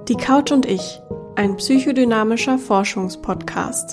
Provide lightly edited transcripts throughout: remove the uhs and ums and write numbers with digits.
Die Couch und ich, ein psychodynamischer Forschungspodcast.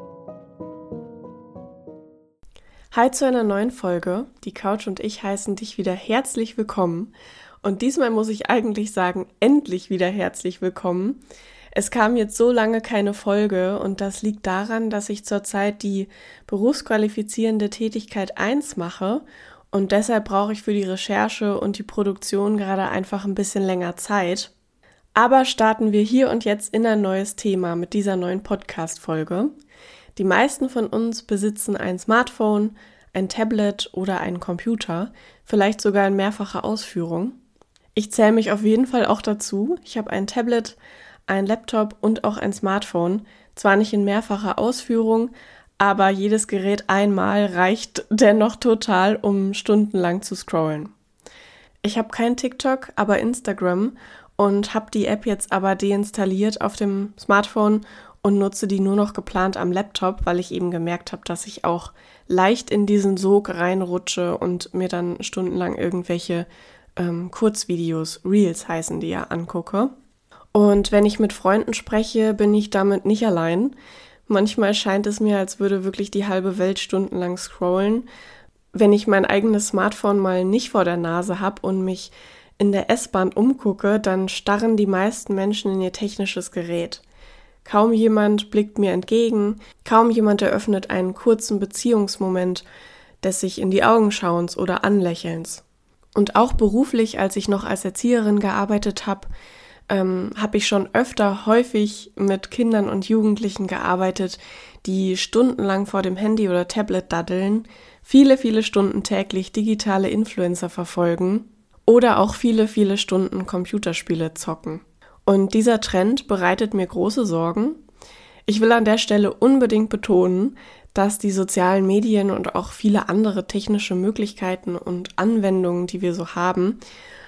Hi zu einer neuen Folge. Die Couch und ich heißen dich wieder herzlich willkommen. Und diesmal muss ich eigentlich sagen, endlich wieder herzlich willkommen. Es kam jetzt so lange keine Folge und das liegt daran, dass ich zurzeit die berufsqualifizierende Tätigkeit 1 mache und deshalb brauche ich für die Recherche und die Produktion gerade einfach ein bisschen länger Zeit. Aber starten wir hier und jetzt in ein neues Thema mit dieser neuen Podcast-Folge. Die meisten von uns besitzen ein Smartphone, ein Tablet oder einen Computer, vielleicht sogar in mehrfacher Ausführung. Ich zähle mich auf jeden Fall auch dazu. Ich habe ein Tablet, ein Laptop und auch ein Smartphone. Zwar nicht in mehrfacher Ausführung, aber jedes Gerät einmal reicht dennoch total, um stundenlang zu scrollen. Ich habe kein TikTok, aber Instagram und habe die App jetzt aber deinstalliert auf dem Smartphone und nutze die nur noch geplant am Laptop, weil ich eben gemerkt habe, dass ich auch leicht in diesen Sog reinrutsche und mir dann stundenlang irgendwelche Kurzvideos, Reels heißen die ja, angucke. Und wenn ich mit Freunden spreche, bin ich damit nicht allein. Manchmal scheint es mir, als würde wirklich die halbe Welt stundenlang scrollen. Wenn ich mein eigenes Smartphone mal nicht vor der Nase habe und mich in der S-Bahn umgucke, dann starren die meisten Menschen in ihr technisches Gerät. Kaum jemand blickt mir entgegen, kaum jemand eröffnet einen kurzen Beziehungsmoment des sich in die Augen schauens oder Anlächelns. Und auch beruflich, als ich noch als Erzieherin gearbeitet habe, habe ich schon öfter häufig mit Kindern und Jugendlichen gearbeitet, die stundenlang vor dem Handy oder Tablet daddeln, viele Stunden täglich digitale Influencer verfolgen oder auch viele Stunden Computerspiele zocken. Und dieser Trend bereitet mir große Sorgen. Ich will an der Stelle unbedingt betonen, dass die sozialen Medien und auch viele andere technische Möglichkeiten und Anwendungen, die wir so haben,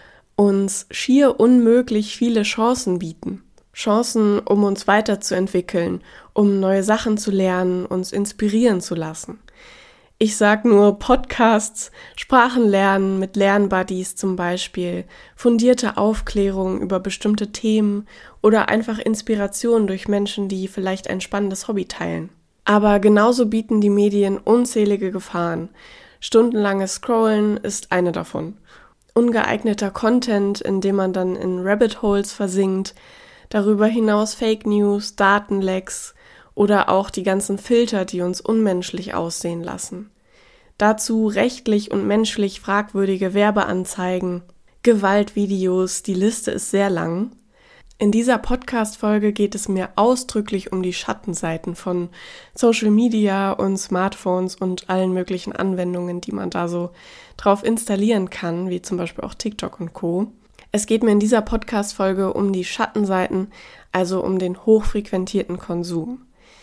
uns schier unmöglich viele Chancen bieten. Chancen, um uns weiterzuentwickeln, um neue Sachen zu lernen, uns inspirieren zu lassen. Ich sag nur Podcasts, Sprachenlernen mit Lernbuddies zum Beispiel, fundierte Aufklärung über bestimmte Themen oder einfach Inspiration durch Menschen, die vielleicht ein spannendes Hobby teilen. Aber genauso bieten die Medien unzählige Gefahren. Stundenlanges Scrollen ist eine davon. Ungeeigneter Content, in dem man dann in Rabbit Holes versinkt, darüber hinaus Fake News, Datenlecks oder auch die ganzen Filter, die uns unmenschlich aussehen lassen. Dazu rechtlich und menschlich fragwürdige Werbeanzeigen, Gewaltvideos, die Liste ist sehr lang. In dieser Podcast-Folge geht es mir ausdrücklich um die Schattenseiten von Social Media und Smartphones und allen möglichen Anwendungen, die man da so drauf installieren kann, wie zum Beispiel auch TikTok und Co. Es geht mir in dieser Podcast-Folge um die Schattenseiten, also um den hochfrequentierten Konsum.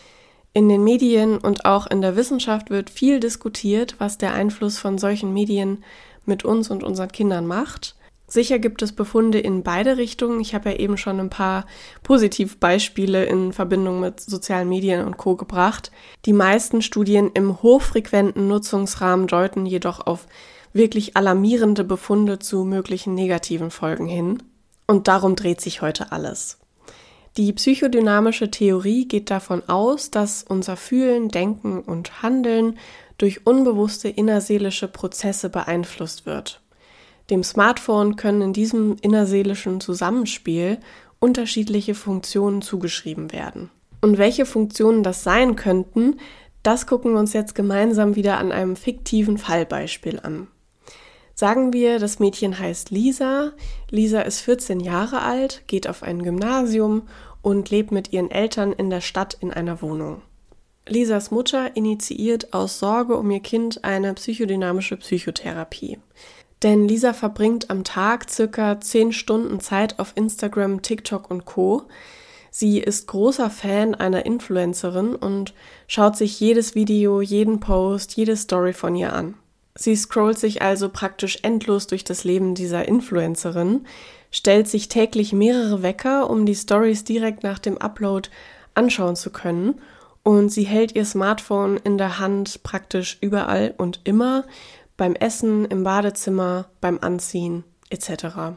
In den Medien und auch in der Wissenschaft wird viel diskutiert, was der Einfluss von solchen Medien mit uns und unseren Kindern macht. Sicher gibt es Befunde in beide Richtungen. Ich habe ja eben schon ein paar Positivbeispiele in Verbindung mit sozialen Medien und Co. gebracht. Die meisten Studien im hochfrequenten Nutzungsrahmen deuten jedoch auf wirklich alarmierende Befunde zu möglichen negativen Folgen hin. Und darum dreht sich heute alles. Die psychodynamische Theorie geht davon aus, dass unser Fühlen, Denken und Handeln durch unbewusste innerseelische Prozesse beeinflusst wird. Dem Smartphone können in diesem innerseelischen Zusammenspiel unterschiedliche Funktionen zugeschrieben werden. Und welche Funktionen das sein könnten, das gucken wir uns jetzt gemeinsam wieder an einem fiktiven Fallbeispiel an. Sagen wir, das Mädchen heißt Lisa. Lisa ist 14 Jahre alt, geht auf ein Gymnasium und lebt mit ihren Eltern in der Stadt in einer Wohnung. Lisas Mutter initiiert aus Sorge um ihr Kind eine psychodynamische Psychotherapie. Denn Lisa verbringt am Tag circa 10 Stunden Zeit auf Instagram, TikTok und Co. Sie ist großer Fan einer Influencerin und schaut sich jedes Video, jeden Post, jede Story von ihr an. Sie scrollt sich also praktisch endlos durch das Leben dieser Influencerin, stellt sich täglich mehrere Wecker, um die Stories direkt nach dem Upload anschauen zu können, und sie hält ihr Smartphone in der Hand praktisch überall und immer, beim Essen, im Badezimmer, beim Anziehen etc.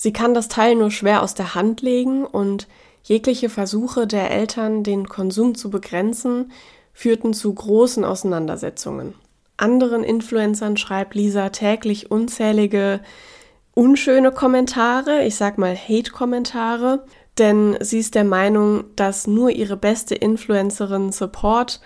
Sie kann das Teil nur schwer aus der Hand legen und jegliche Versuche der Eltern, den Konsum zu begrenzen, führten zu großen Auseinandersetzungen. Anderen Influencern schreibt Lisa täglich unzählige unschöne Kommentare, ich sag mal Hate-Kommentare, denn sie ist der Meinung, dass nur ihre beste Influencerin Support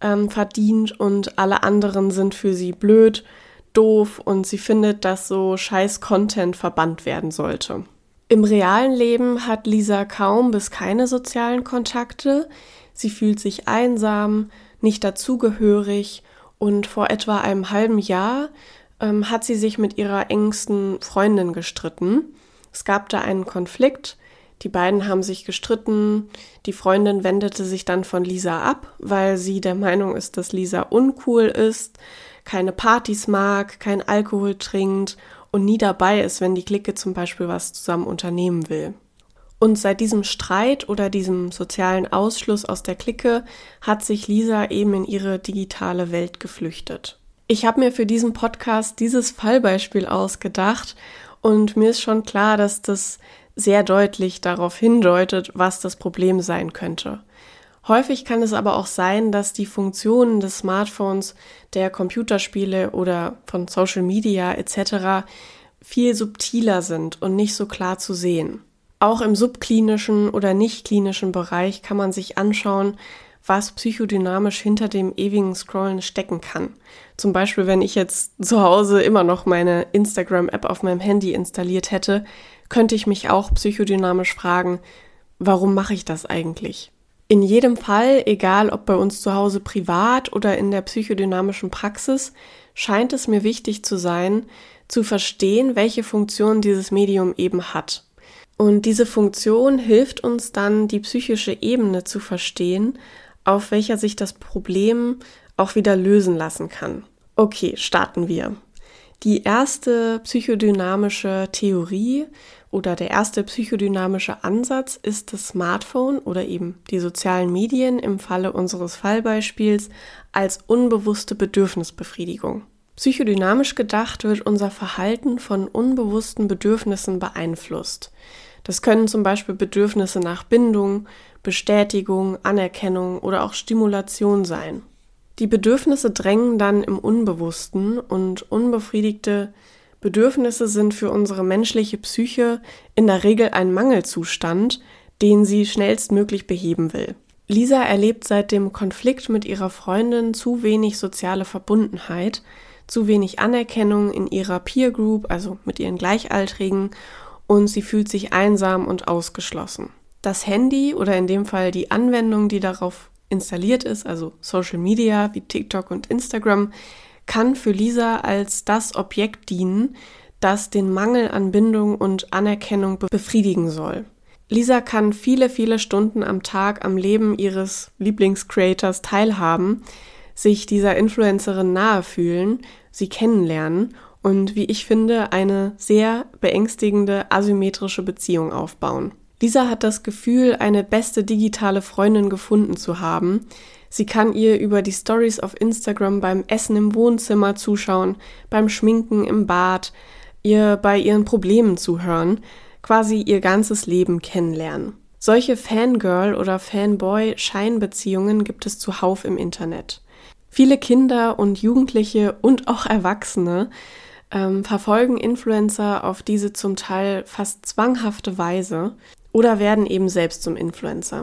verdient und alle anderen sind für sie blöd, doof und sie findet, dass so scheiß Content verbannt werden sollte. Im realen Leben hat Lisa kaum bis keine sozialen Kontakte. Sie fühlt sich einsam, nicht dazugehörig und vor etwa einem halben Jahr hat sie sich mit ihrer engsten Freundin gestritten. Es gab da einen Konflikt. Die beiden haben sich gestritten. Die Freundin wendete sich dann von Lisa ab, weil sie der Meinung ist, dass Lisa uncool ist, keine Partys mag, kein Alkohol trinkt und nie dabei ist, wenn die Clique zum Beispiel was zusammen unternehmen will. Und seit diesem Streit oder diesem sozialen Ausschluss aus der Clique hat sich Lisa eben in ihre digitale Welt geflüchtet. Ich habe mir für diesen Podcast dieses Fallbeispiel ausgedacht und mir ist schon klar, dass das sehr deutlich darauf hindeutet, was das Problem sein könnte. Häufig kann es aber auch sein, dass die Funktionen des Smartphones, der Computerspiele oder von Social Media etc. viel subtiler sind und nicht so klar zu sehen. Auch im subklinischen oder nicht klinischen Bereich kann man sich anschauen, was psychodynamisch hinter dem ewigen Scrollen stecken kann. Zum Beispiel, wenn ich jetzt zu Hause immer noch meine Instagram-App auf meinem Handy installiert hätte, könnte ich mich auch psychodynamisch fragen, warum mache ich das eigentlich? In jedem Fall, egal ob bei uns zu Hause privat oder in der psychodynamischen Praxis, scheint es mir wichtig zu sein, zu verstehen, welche Funktion dieses Medium eben hat. Und diese Funktion hilft uns dann, die psychische Ebene zu verstehen, auf welcher sich das Problem auch wieder lösen lassen kann. Okay, starten wir. Die erste psychodynamische Theorie oder der erste psychodynamische Ansatz ist das Smartphone oder eben die sozialen Medien im Falle unseres Fallbeispiels als unbewusste Bedürfnisbefriedigung. Psychodynamisch gedacht wird unser Verhalten von unbewussten Bedürfnissen beeinflusst. Das können zum Beispiel Bedürfnisse nach Bindung, Bestätigung, Anerkennung oder auch Stimulation sein. Die Bedürfnisse drängen dann im Unbewussten und unbefriedigte Bedürfnisse sind für unsere menschliche Psyche in der Regel ein Mangelzustand, den sie schnellstmöglich beheben will. Lisa erlebt seit dem Konflikt mit ihrer Freundin zu wenig soziale Verbundenheit, zu wenig Anerkennung in ihrer Peer Group, also mit ihren Gleichaltrigen, und sie fühlt sich einsam und ausgeschlossen. Das Handy oder in dem Fall die Anwendung, die darauf installiert ist, also Social Media wie TikTok und Instagram, kann für Lisa als das Objekt dienen, das den Mangel an Bindung und Anerkennung befriedigen soll. Lisa kann viele Stunden am Tag am Leben ihres Lieblingscreators teilhaben, sich dieser Influencerin nahe fühlen, sie kennenlernen und, wie ich finde, eine sehr beängstigende asymmetrische Beziehung aufbauen. Lisa hat das Gefühl, eine beste digitale Freundin gefunden zu haben. Sie kann ihr über die Stories auf Instagram beim Essen im Wohnzimmer zuschauen, beim Schminken im Bad, ihr bei ihren Problemen zuhören, quasi ihr ganzes Leben kennenlernen. Solche Fangirl- oder Fanboy-Scheinbeziehungen gibt es zuhauf im Internet. Viele Kinder und Jugendliche und auch Erwachsene verfolgen Influencer auf diese zum Teil fast zwanghafte Weise oder werden eben selbst zum Influencer.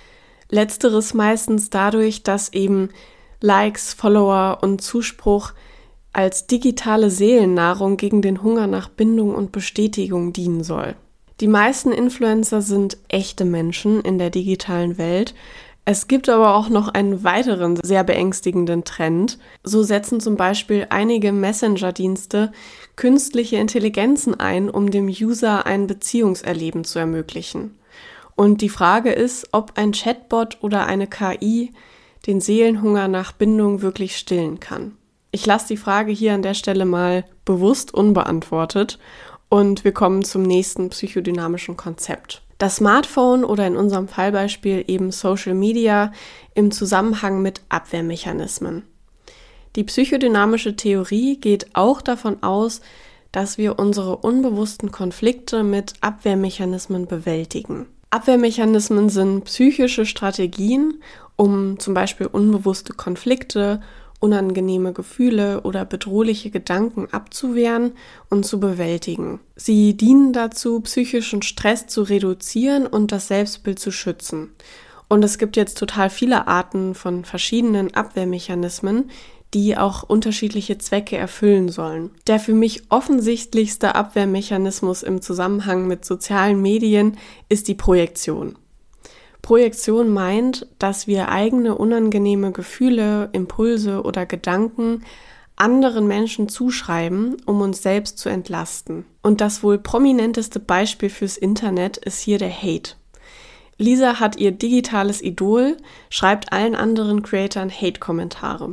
Letzteres meistens dadurch, dass eben Likes, Follower und Zuspruch als digitale Seelennahrung gegen den Hunger nach Bindung und Bestätigung dienen soll. Die meisten Influencer sind echte Menschen in der digitalen Welt. Es gibt aber auch noch einen weiteren sehr beängstigenden Trend. So setzen zum Beispiel einige Messenger-Dienste künstliche Intelligenzen ein, um dem User ein Beziehungserleben zu ermöglichen. Und die Frage ist, ob ein Chatbot oder eine KI den Seelenhunger nach Bindung wirklich stillen kann. Ich lasse die Frage hier an der Stelle mal bewusst unbeantwortet und wir kommen zum nächsten psychodynamischen Konzept. Das Smartphone oder in unserem Fallbeispiel eben Social Media im Zusammenhang mit Abwehrmechanismen. Die psychodynamische Theorie geht auch davon aus, dass wir unsere unbewussten Konflikte mit Abwehrmechanismen bewältigen. Abwehrmechanismen sind psychische Strategien, um zum Beispiel unbewusste Konflikte, unangenehme Gefühle oder bedrohliche Gedanken abzuwehren und zu bewältigen. Sie dienen dazu, psychischen Stress zu reduzieren und das Selbstbild zu schützen. Und es gibt jetzt total viele Arten von verschiedenen Abwehrmechanismen, die auch unterschiedliche Zwecke erfüllen sollen. Der für mich offensichtlichste Abwehrmechanismus im Zusammenhang mit sozialen Medien ist die Projektion. Projektion meint, dass wir eigene unangenehme Gefühle, Impulse oder Gedanken anderen Menschen zuschreiben, um uns selbst zu entlasten. Und das wohl prominenteste Beispiel fürs Internet ist hier der Hate. Lisa hat ihr digitales Idol, schreibt allen anderen Creatoren Hate-Kommentare.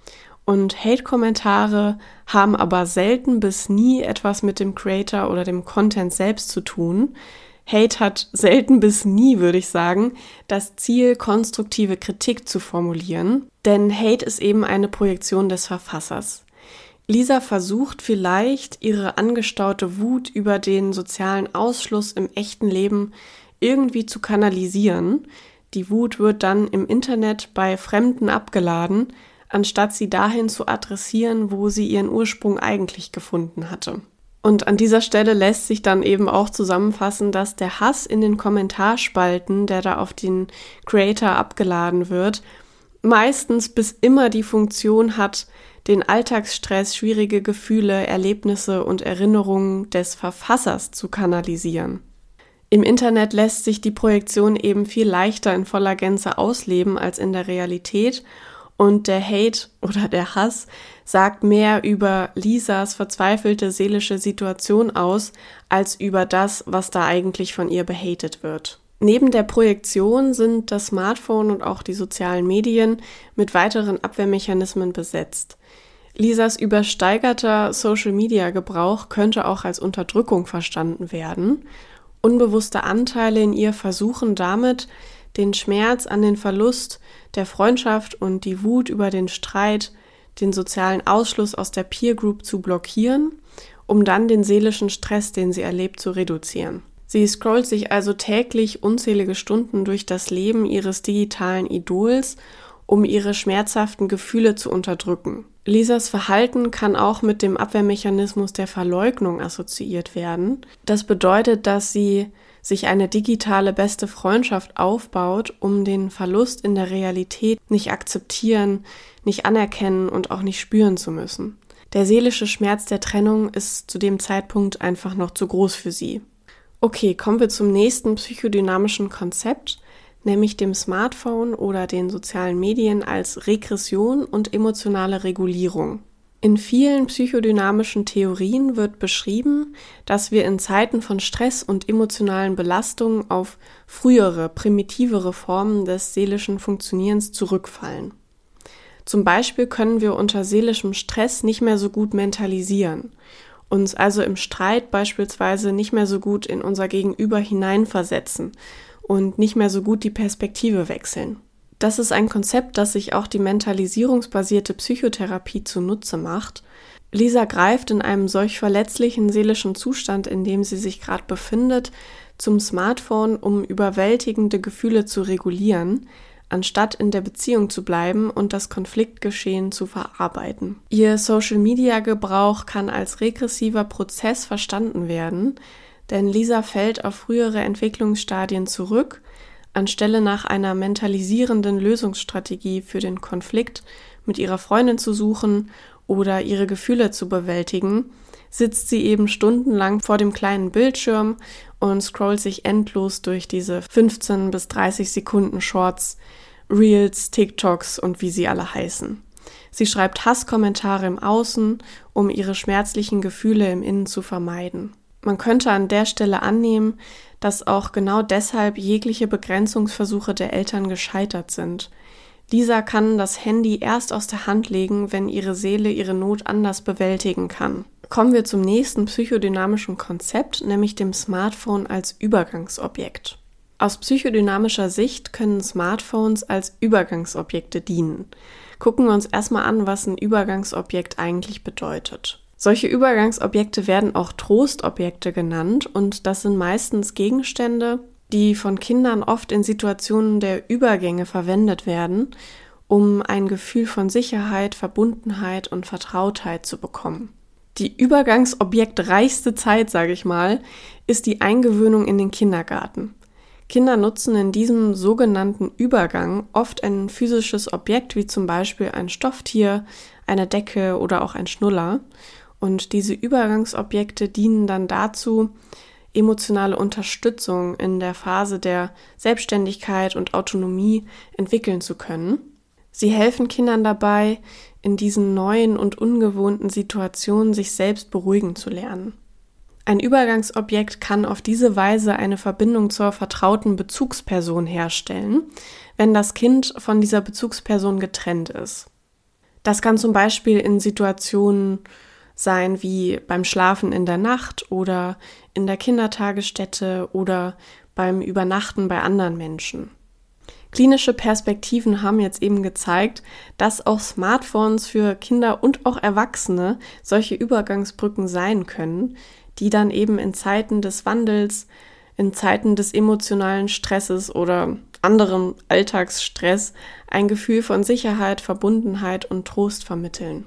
Und Hate-Kommentare haben aber selten bis nie etwas mit dem Creator oder dem Content selbst zu tun. Hate hat selten bis nie, würde ich sagen, das Ziel, konstruktive Kritik zu formulieren, denn Hate ist eben eine Projektion des Verfassers. Lisa versucht vielleicht, ihre angestaute Wut über den sozialen Ausschluss im echten Leben irgendwie zu kanalisieren. Die Wut wird dann im Internet bei Fremden abgeladen, anstatt sie dahin zu adressieren, wo sie ihren Ursprung eigentlich gefunden hatte. Und an dieser Stelle lässt sich dann eben auch zusammenfassen, dass der Hass in den Kommentarspalten, der da auf den Creator abgeladen wird, meistens bis immer die Funktion hat, den Alltagsstress, schwierige Gefühle, Erlebnisse und Erinnerungen des Verfassers zu kanalisieren. Im Internet lässt sich die Projektion eben viel leichter in voller Gänze ausleben als in der Realität. Und der Hate oder der Hass sagt mehr über Lisas verzweifelte seelische Situation aus, als über das, was da eigentlich von ihr behatet wird. Neben der Projektion sind das Smartphone und auch die sozialen Medien mit weiteren Abwehrmechanismen besetzt. Lisas übersteigerter Social-Media-Gebrauch könnte auch als Unterdrückung verstanden werden. Unbewusste Anteile in ihr versuchen damit, den Schmerz an den Verlust der Freundschaft und die Wut über den Streit, den sozialen Ausschluss aus der Peer Group zu blockieren, um dann den seelischen Stress, den sie erlebt, zu reduzieren. Sie scrollt sich also täglich unzählige Stunden durch das Leben ihres digitalen Idols, um ihre schmerzhaften Gefühle zu unterdrücken. Lisas Verhalten kann auch mit dem Abwehrmechanismus der Verleugnung assoziiert werden. Das bedeutet, dass sie sich eine digitale beste Freundschaft aufbaut, um den Verlust in der Realität nicht akzeptieren, nicht anerkennen und auch nicht spüren zu müssen. Der seelische Schmerz der Trennung ist zu dem Zeitpunkt einfach noch zu groß für sie. Okay, kommen wir zum nächsten psychodynamischen Konzept, nämlich dem Smartphone oder den sozialen Medien als Regression und emotionale Regulierung. In vielen psychodynamischen Theorien wird beschrieben, dass wir in Zeiten von Stress und emotionalen Belastungen auf frühere, primitivere Formen des seelischen Funktionierens zurückfallen. Zum Beispiel können wir unter seelischem Stress nicht mehr so gut mentalisieren, uns also im Streit beispielsweise nicht mehr so gut in unser Gegenüber hineinversetzen und nicht mehr so gut die Perspektive wechseln. Das ist ein Konzept, das sich auch die mentalisierungsbasierte Psychotherapie zunutze macht. Lisa greift in einem solch verletzlichen seelischen Zustand, in dem sie sich gerade befindet, zum Smartphone, um überwältigende Gefühle zu regulieren, anstatt in der Beziehung zu bleiben und das Konfliktgeschehen zu verarbeiten. Ihr Social-Media-Gebrauch kann als regressiver Prozess verstanden werden, denn Lisa fällt auf frühere Entwicklungsstadien zurück. Anstelle nach einer mentalisierenden Lösungsstrategie für den Konflikt mit ihrer Freundin zu suchen oder ihre Gefühle zu bewältigen, sitzt sie eben stundenlang vor dem kleinen Bildschirm und scrollt sich endlos durch diese 15 bis 30 Sekunden Shorts, Reels, TikToks und wie sie alle heißen. Sie schreibt Hasskommentare im Außen, um ihre schmerzlichen Gefühle im Innen zu vermeiden. Man könnte an der Stelle annehmen, dass auch genau deshalb jegliche Begrenzungsversuche der Eltern gescheitert sind. Lisa kann das Handy erst aus der Hand legen, wenn ihre Seele ihre Not anders bewältigen kann. Kommen wir zum nächsten psychodynamischen Konzept, nämlich dem Smartphone als Übergangsobjekt. Aus psychodynamischer Sicht können Smartphones als Übergangsobjekte dienen. Gucken wir uns erstmal an, was ein Übergangsobjekt eigentlich bedeutet. Solche Übergangsobjekte werden auch Trostobjekte genannt und das sind meistens Gegenstände, die von Kindern oft in Situationen der Übergänge verwendet werden, um ein Gefühl von Sicherheit, Verbundenheit und Vertrautheit zu bekommen. Die übergangsobjektreichste Zeit, sage ich mal, ist die Eingewöhnung in den Kindergarten. Kinder nutzen in diesem sogenannten Übergang oft ein physisches Objekt, wie zum Beispiel ein Stofftier, eine Decke oder auch ein Schnuller. Und diese Übergangsobjekte dienen dann dazu, emotionale Unterstützung in der Phase der Selbstständigkeit und Autonomie entwickeln zu können. Sie helfen Kindern dabei, in diesen neuen und ungewohnten Situationen sich selbst beruhigen zu lernen. Ein Übergangsobjekt kann auf diese Weise eine Verbindung zur vertrauten Bezugsperson herstellen, wenn das Kind von dieser Bezugsperson getrennt ist. Das kann zum Beispiel in Situationen sein wie beim Schlafen in der Nacht oder in der Kindertagesstätte oder beim Übernachten bei anderen Menschen. Klinische Perspektiven haben jetzt eben gezeigt, dass auch Smartphones für Kinder und auch Erwachsene solche Übergangsbrücken sein können, die dann eben in Zeiten des Wandels, in Zeiten des emotionalen Stresses oder anderem Alltagsstress ein Gefühl von Sicherheit, Verbundenheit und Trost vermitteln.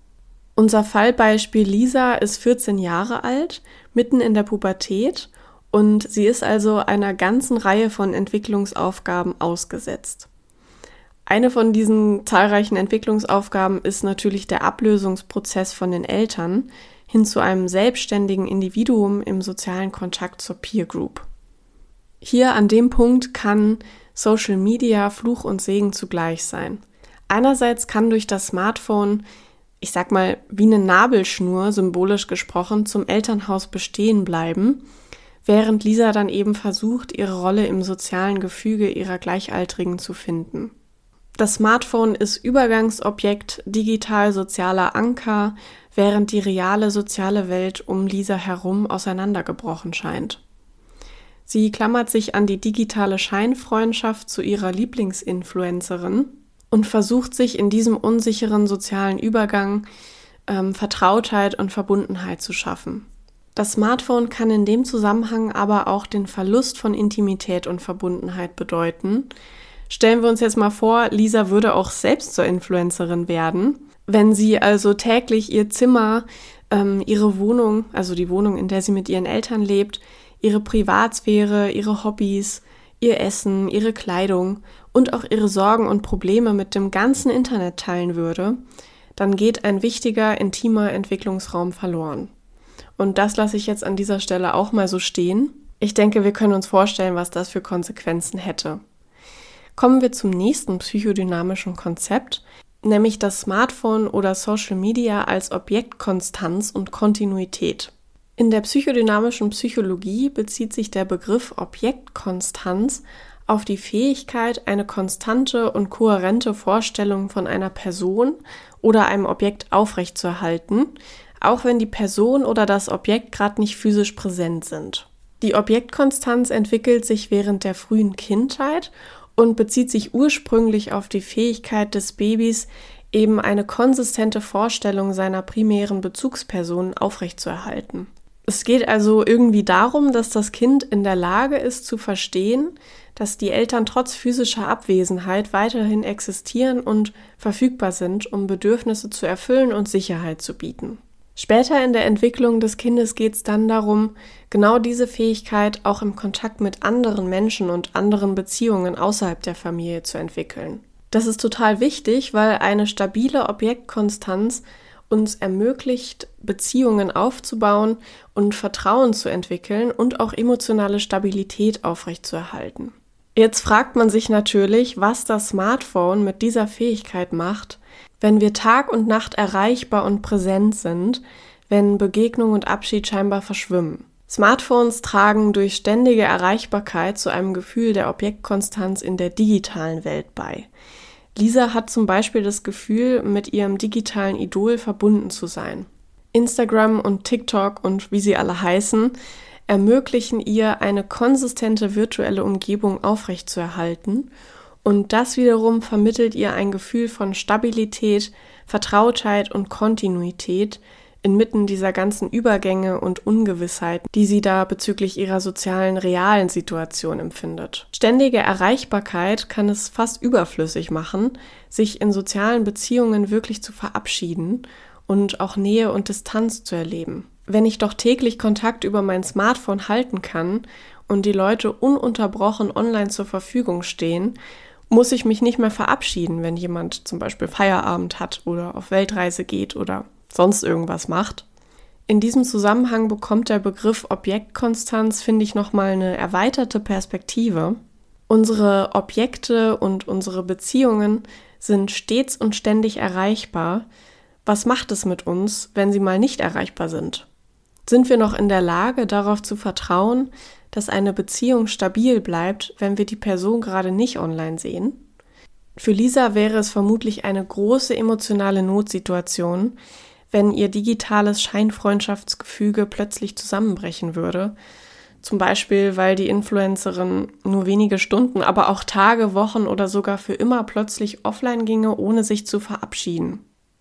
Unser Fallbeispiel Lisa ist 14 Jahre alt, mitten in der Pubertät und sie ist also einer ganzen Reihe von Entwicklungsaufgaben ausgesetzt. Eine von diesen zahlreichen Entwicklungsaufgaben ist natürlich der Ablösungsprozess von den Eltern hin zu einem selbstständigen Individuum im sozialen Kontakt zur Peer Group. Hier an dem Punkt kann Social Media Fluch und Segen zugleich sein. Einerseits kann durch das Smartphone, ich sag mal, wie eine Nabelschnur, symbolisch gesprochen, zum Elternhaus bestehen bleiben, während Lisa dann eben versucht, ihre Rolle im sozialen Gefüge ihrer Gleichaltrigen zu finden. Das Smartphone ist Übergangsobjekt, digital-sozialer Anker, während die reale soziale Welt um Lisa herum auseinandergebrochen scheint. Sie klammert sich an die digitale Scheinfreundschaft zu ihrer Lieblingsinfluencerin und versucht sich in diesem unsicheren sozialen Übergang Vertrautheit und Verbundenheit zu schaffen. Das Smartphone kann in dem Zusammenhang aber auch den Verlust von Intimität und Verbundenheit bedeuten. Stellen wir uns jetzt mal vor, Lisa würde auch selbst zur Influencerin werden, wenn sie also täglich ihr Zimmer, ihre Wohnung, also die Wohnung, in der sie mit ihren Eltern lebt, ihre Privatsphäre, ihre Hobbys, ihr Essen, ihre Kleidung und auch ihre Sorgen und Probleme mit dem ganzen Internet teilen würde, dann geht ein wichtiger, intimer Entwicklungsraum verloren. Und das lasse ich jetzt an dieser Stelle auch mal so stehen. Ich denke, wir können uns vorstellen, was das für Konsequenzen hätte. Kommen wir zum nächsten psychodynamischen Konzept, nämlich das Smartphone oder Social Media als Objektkonstanz und Kontinuität. In der psychodynamischen Psychologie bezieht sich der Begriff Objektkonstanz auf die Fähigkeit, eine konstante und kohärente Vorstellung von einer Person oder einem Objekt aufrechtzuerhalten, auch wenn die Person oder das Objekt gerade nicht physisch präsent sind. Die Objektkonstanz entwickelt sich während der frühen Kindheit und bezieht sich ursprünglich auf die Fähigkeit des Babys, eben eine konsistente Vorstellung seiner primären Bezugsperson aufrechtzuerhalten. Es geht also irgendwie darum, dass das Kind in der Lage ist zu verstehen, dass die Eltern trotz physischer Abwesenheit weiterhin existieren und verfügbar sind, um Bedürfnisse zu erfüllen und Sicherheit zu bieten. Später in der Entwicklung des Kindes geht es dann darum, genau diese Fähigkeit auch im Kontakt mit anderen Menschen und anderen Beziehungen außerhalb der Familie zu entwickeln. Das ist total wichtig, weil eine stabile Objektkonstanz uns ermöglicht, Beziehungen aufzubauen und Vertrauen zu entwickeln und auch emotionale Stabilität aufrechtzuerhalten. Jetzt fragt man sich natürlich, was das Smartphone mit dieser Fähigkeit macht, wenn wir Tag und Nacht erreichbar und präsent sind, wenn Begegnung und Abschied scheinbar verschwimmen. Smartphones tragen durch ständige Erreichbarkeit zu einem Gefühl der Objektkonstanz in der digitalen Welt bei. Lisa hat zum Beispiel das Gefühl, mit ihrem digitalen Idol verbunden zu sein. Instagram und TikTok und wie sie alle heißen, ermöglichen ihr, eine konsistente virtuelle Umgebung aufrechtzuerhalten und das wiederum vermittelt ihr ein Gefühl von Stabilität, Vertrautheit und Kontinuität inmitten dieser ganzen Übergänge und Ungewissheit, die sie da bezüglich ihrer sozialen, realen Situation empfindet. Ständige Erreichbarkeit kann es fast überflüssig machen, sich in sozialen Beziehungen wirklich zu verabschieden und auch Nähe und Distanz zu erleben. Wenn ich doch täglich Kontakt über mein Smartphone halten kann und die Leute ununterbrochen online zur Verfügung stehen, muss ich mich nicht mehr verabschieden, wenn jemand zum Beispiel Feierabend hat oder auf Weltreise geht oder sonst irgendwas macht. In diesem Zusammenhang bekommt der Begriff Objektkonstanz, finde ich, nochmal eine erweiterte Perspektive. Unsere Objekte und unsere Beziehungen sind stets und ständig erreichbar. Was macht es mit uns, wenn sie mal nicht erreichbar sind? Sind wir noch in der Lage, darauf zu vertrauen, dass eine Beziehung stabil bleibt, wenn wir die Person gerade nicht online sehen? Für Lisa wäre es vermutlich eine große emotionale Notsituation, wenn ihr digitales Scheinfreundschaftsgefüge plötzlich zusammenbrechen würde. Zum Beispiel, weil die Influencerin nur wenige Stunden, aber auch Tage, Wochen oder sogar für immer plötzlich offline ginge, ohne sich zu verabschieden.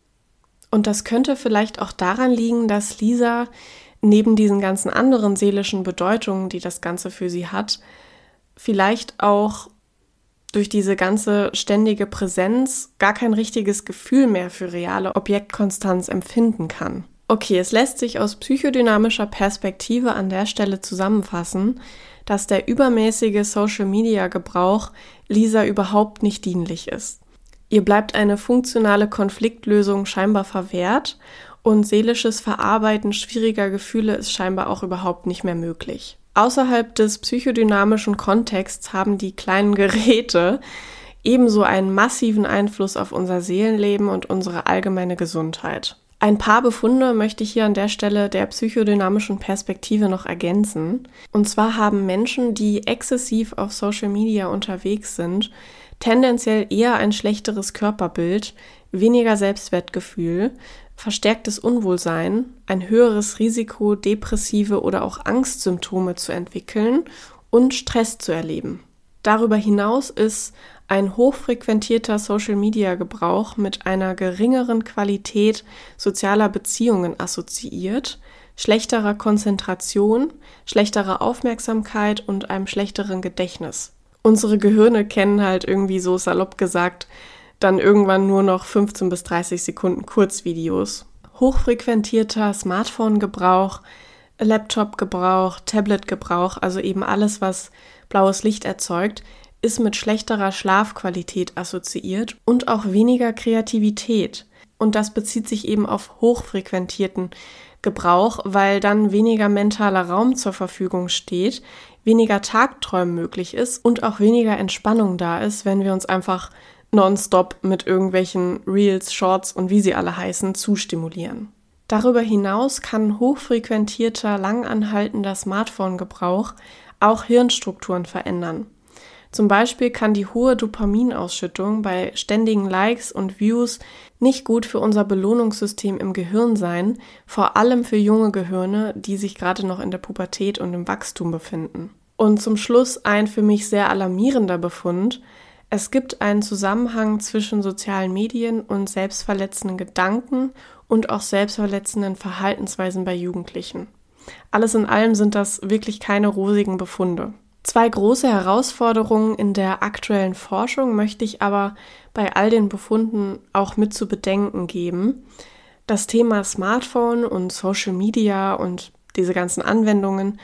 Und das könnte vielleicht auch daran liegen, dass Lisa neben diesen ganzen anderen seelischen Bedeutungen, die das Ganze für sie hat, vielleicht auch durch diese ganze ständige Präsenz gar kein richtiges Gefühl mehr für reale Objektkonstanz empfinden kann. Okay, es lässt sich aus psychodynamischer Perspektive an der Stelle zusammenfassen, dass der übermäßige Social-Media-Gebrauch Lisa überhaupt nicht dienlich ist. Ihr bleibt eine funktionale Konfliktlösung scheinbar verwehrt und seelisches Verarbeiten schwieriger Gefühle ist scheinbar auch überhaupt nicht mehr möglich. Außerhalb des psychodynamischen Kontexts haben die kleinen Geräte ebenso einen massiven Einfluss auf unser Seelenleben und unsere allgemeine Gesundheit. Ein paar Befunde möchte ich hier an der Stelle der psychodynamischen Perspektive noch ergänzen. Und zwar haben Menschen, die exzessiv auf Social Media unterwegs sind, tendenziell eher ein schlechteres Körperbild, weniger Selbstwertgefühl, verstärktes Unwohlsein, ein höheres Risiko, depressive oder auch Angstsymptome zu entwickeln und Stress zu erleben. Darüber hinaus ist ein hochfrequentierter Social-Media-Gebrauch mit einer geringeren Qualität sozialer Beziehungen assoziiert, schlechterer Konzentration, schlechterer Aufmerksamkeit und einem schlechteren Gedächtnis. Unsere Gehirne kennen halt irgendwie so salopp gesagt dann irgendwann nur noch 15 bis 30 Sekunden Kurzvideos. Hochfrequentierter Smartphone-Gebrauch, Laptop-Gebrauch, Tablet-Gebrauch, also eben alles, was blaues Licht erzeugt, ist mit schlechterer Schlafqualität assoziiert und auch weniger Kreativität. Und das bezieht sich eben auf hochfrequentierten Gebrauch, weil dann weniger mentaler Raum zur Verfügung steht, weniger Tagträumen möglich ist und auch weniger Entspannung da ist, wenn wir uns einfach nonstop mit irgendwelchen Reels, Shorts und wie sie alle heißen, zustimulieren. Darüber hinaus kann hochfrequentierter, langanhaltender Smartphone-Gebrauch auch Hirnstrukturen verändern. Zum Beispiel kann die hohe Dopaminausschüttung bei ständigen Likes und Views nicht gut für unser Belohnungssystem im Gehirn sein, vor allem für junge Gehirne, die sich gerade noch in der Pubertät und im Wachstum befinden. Und zum Schluss ein für mich sehr alarmierender Befund: Es gibt einen Zusammenhang zwischen sozialen Medien und selbstverletzenden Gedanken und auch selbstverletzenden Verhaltensweisen bei Jugendlichen. Alles in allem sind das wirklich keine rosigen Befunde. 2 große Herausforderungen in der aktuellen Forschung möchte ich aber bei all den Befunden auch mit zu bedenken geben. Das Thema Smartphone und Social Media und diese ganzen Anwendungen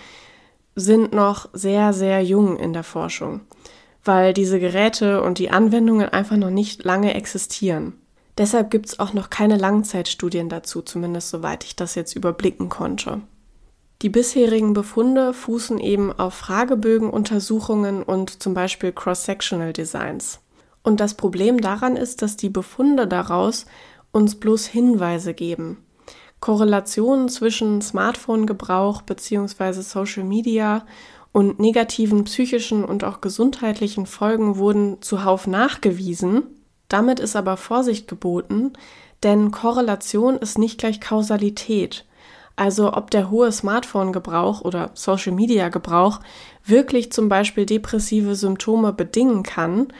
sind noch sehr, sehr jung in der Forschung, weil diese Geräte und die Anwendungen einfach noch nicht lange existieren. Deshalb gibt es auch noch keine Langzeitstudien dazu, zumindest soweit ich das jetzt überblicken konnte. Die bisherigen Befunde fußen eben auf Fragebögenuntersuchungen und zum Beispiel Cross-Sectional Designs. Und das Problem daran ist, dass die Befunde daraus uns bloß Hinweise geben. Korrelationen zwischen Smartphone-Gebrauch bzw. Social Media und negativen psychischen und auch gesundheitlichen Folgen wurden zuhauf nachgewiesen. Damit ist aber Vorsicht geboten, denn Korrelation ist nicht gleich Kausalität. Also ob der hohe Smartphone-Gebrauch oder Social-Media-Gebrauch wirklich zum Beispiel depressive Symptome bedingen kann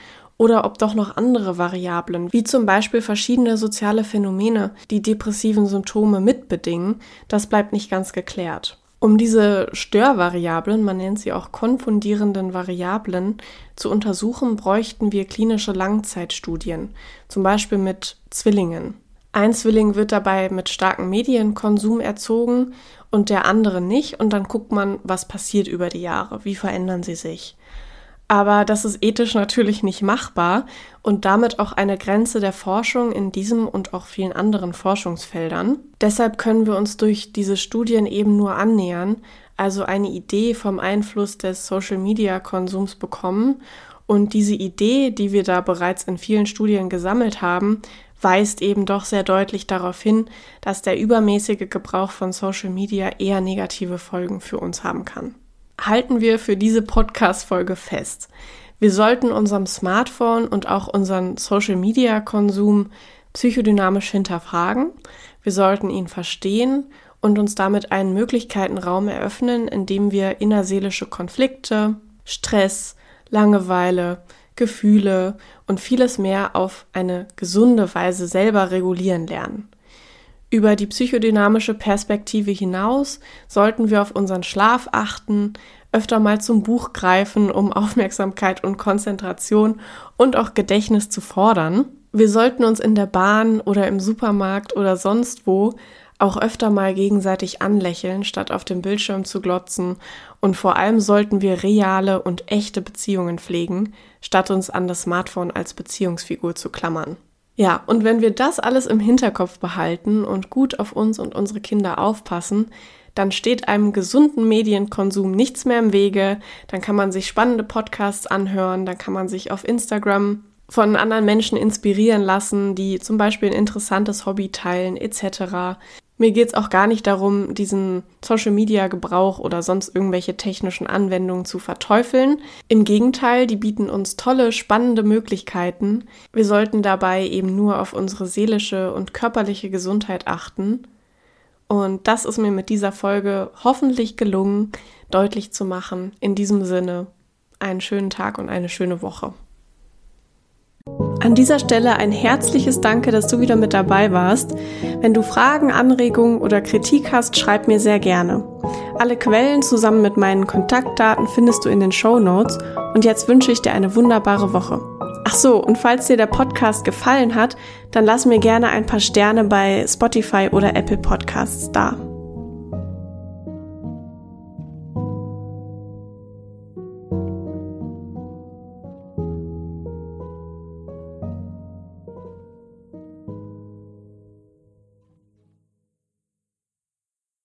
oder ob doch noch andere Variablen, wie zum Beispiel verschiedene soziale Phänomene, die depressiven Symptome mitbedingen, das bleibt nicht ganz geklärt. Um diese Störvariablen, man nennt sie auch konfundierenden Variablen, zu untersuchen, bräuchten wir klinische Langzeitstudien, zum Beispiel mit Zwillingen. Ein Zwilling wird dabei mit starkem Medienkonsum erzogen und der andere nicht, und dann guckt man, was passiert über die Jahre, wie verändern sie sich. Aber das ist ethisch natürlich nicht machbar und damit auch eine Grenze der Forschung in diesem und auch vielen anderen Forschungsfeldern. Deshalb können wir uns durch diese Studien eben nur annähern, also eine Idee vom Einfluss des Social-Media-Konsums bekommen. Und diese Idee, die wir da bereits in vielen Studien gesammelt haben, weist eben doch sehr deutlich darauf hin, dass der übermäßige Gebrauch von Social Media eher negative Folgen für uns haben kann. Halten wir für diese Podcast-Folge fest. Wir sollten unserem Smartphone und auch unseren Social-Media-Konsum psychodynamisch hinterfragen. Wir sollten ihn verstehen und uns damit einen Möglichkeitenraum eröffnen, in dem wir innerseelische Konflikte, Stress, Langeweile, Gefühle und vieles mehr auf eine gesunde Weise selber regulieren lernen. Über die psychodynamische Perspektive hinaus sollten wir auf unseren Schlaf achten, öfter mal zum Buch greifen, um Aufmerksamkeit und Konzentration und auch Gedächtnis zu fordern. Wir sollten uns in der Bahn oder im Supermarkt oder sonst wo auch öfter mal gegenseitig anlächeln, statt auf dem Bildschirm zu glotzen. Und vor allem sollten wir reale und echte Beziehungen pflegen, statt uns an das Smartphone als Beziehungsfigur zu klammern. Ja, und wenn wir das alles im Hinterkopf behalten und gut auf uns und unsere Kinder aufpassen, dann steht einem gesunden Medienkonsum nichts mehr im Wege, dann kann man sich spannende Podcasts anhören, dann kann man sich auf Instagram von anderen Menschen inspirieren lassen, die zum Beispiel ein interessantes Hobby teilen etc. Mir geht es auch gar nicht darum, diesen Social-Media-Gebrauch oder sonst irgendwelche technischen Anwendungen zu verteufeln. Im Gegenteil, die bieten uns tolle, spannende Möglichkeiten. Wir sollten dabei eben nur auf unsere seelische und körperliche Gesundheit achten. Und das ist mir mit dieser Folge hoffentlich gelungen, deutlich zu machen. In diesem Sinne, einen schönen Tag und eine schöne Woche. An dieser Stelle ein herzliches Danke, dass du wieder mit dabei warst. Wenn du Fragen, Anregungen oder Kritik hast, schreib mir sehr gerne. Alle Quellen zusammen mit meinen Kontaktdaten findest du in den Shownotes und jetzt wünsche ich dir eine wunderbare Woche. Ach so, und falls dir der Podcast gefallen hat, dann lass mir gerne ein paar Sterne bei Spotify oder Apple Podcasts da.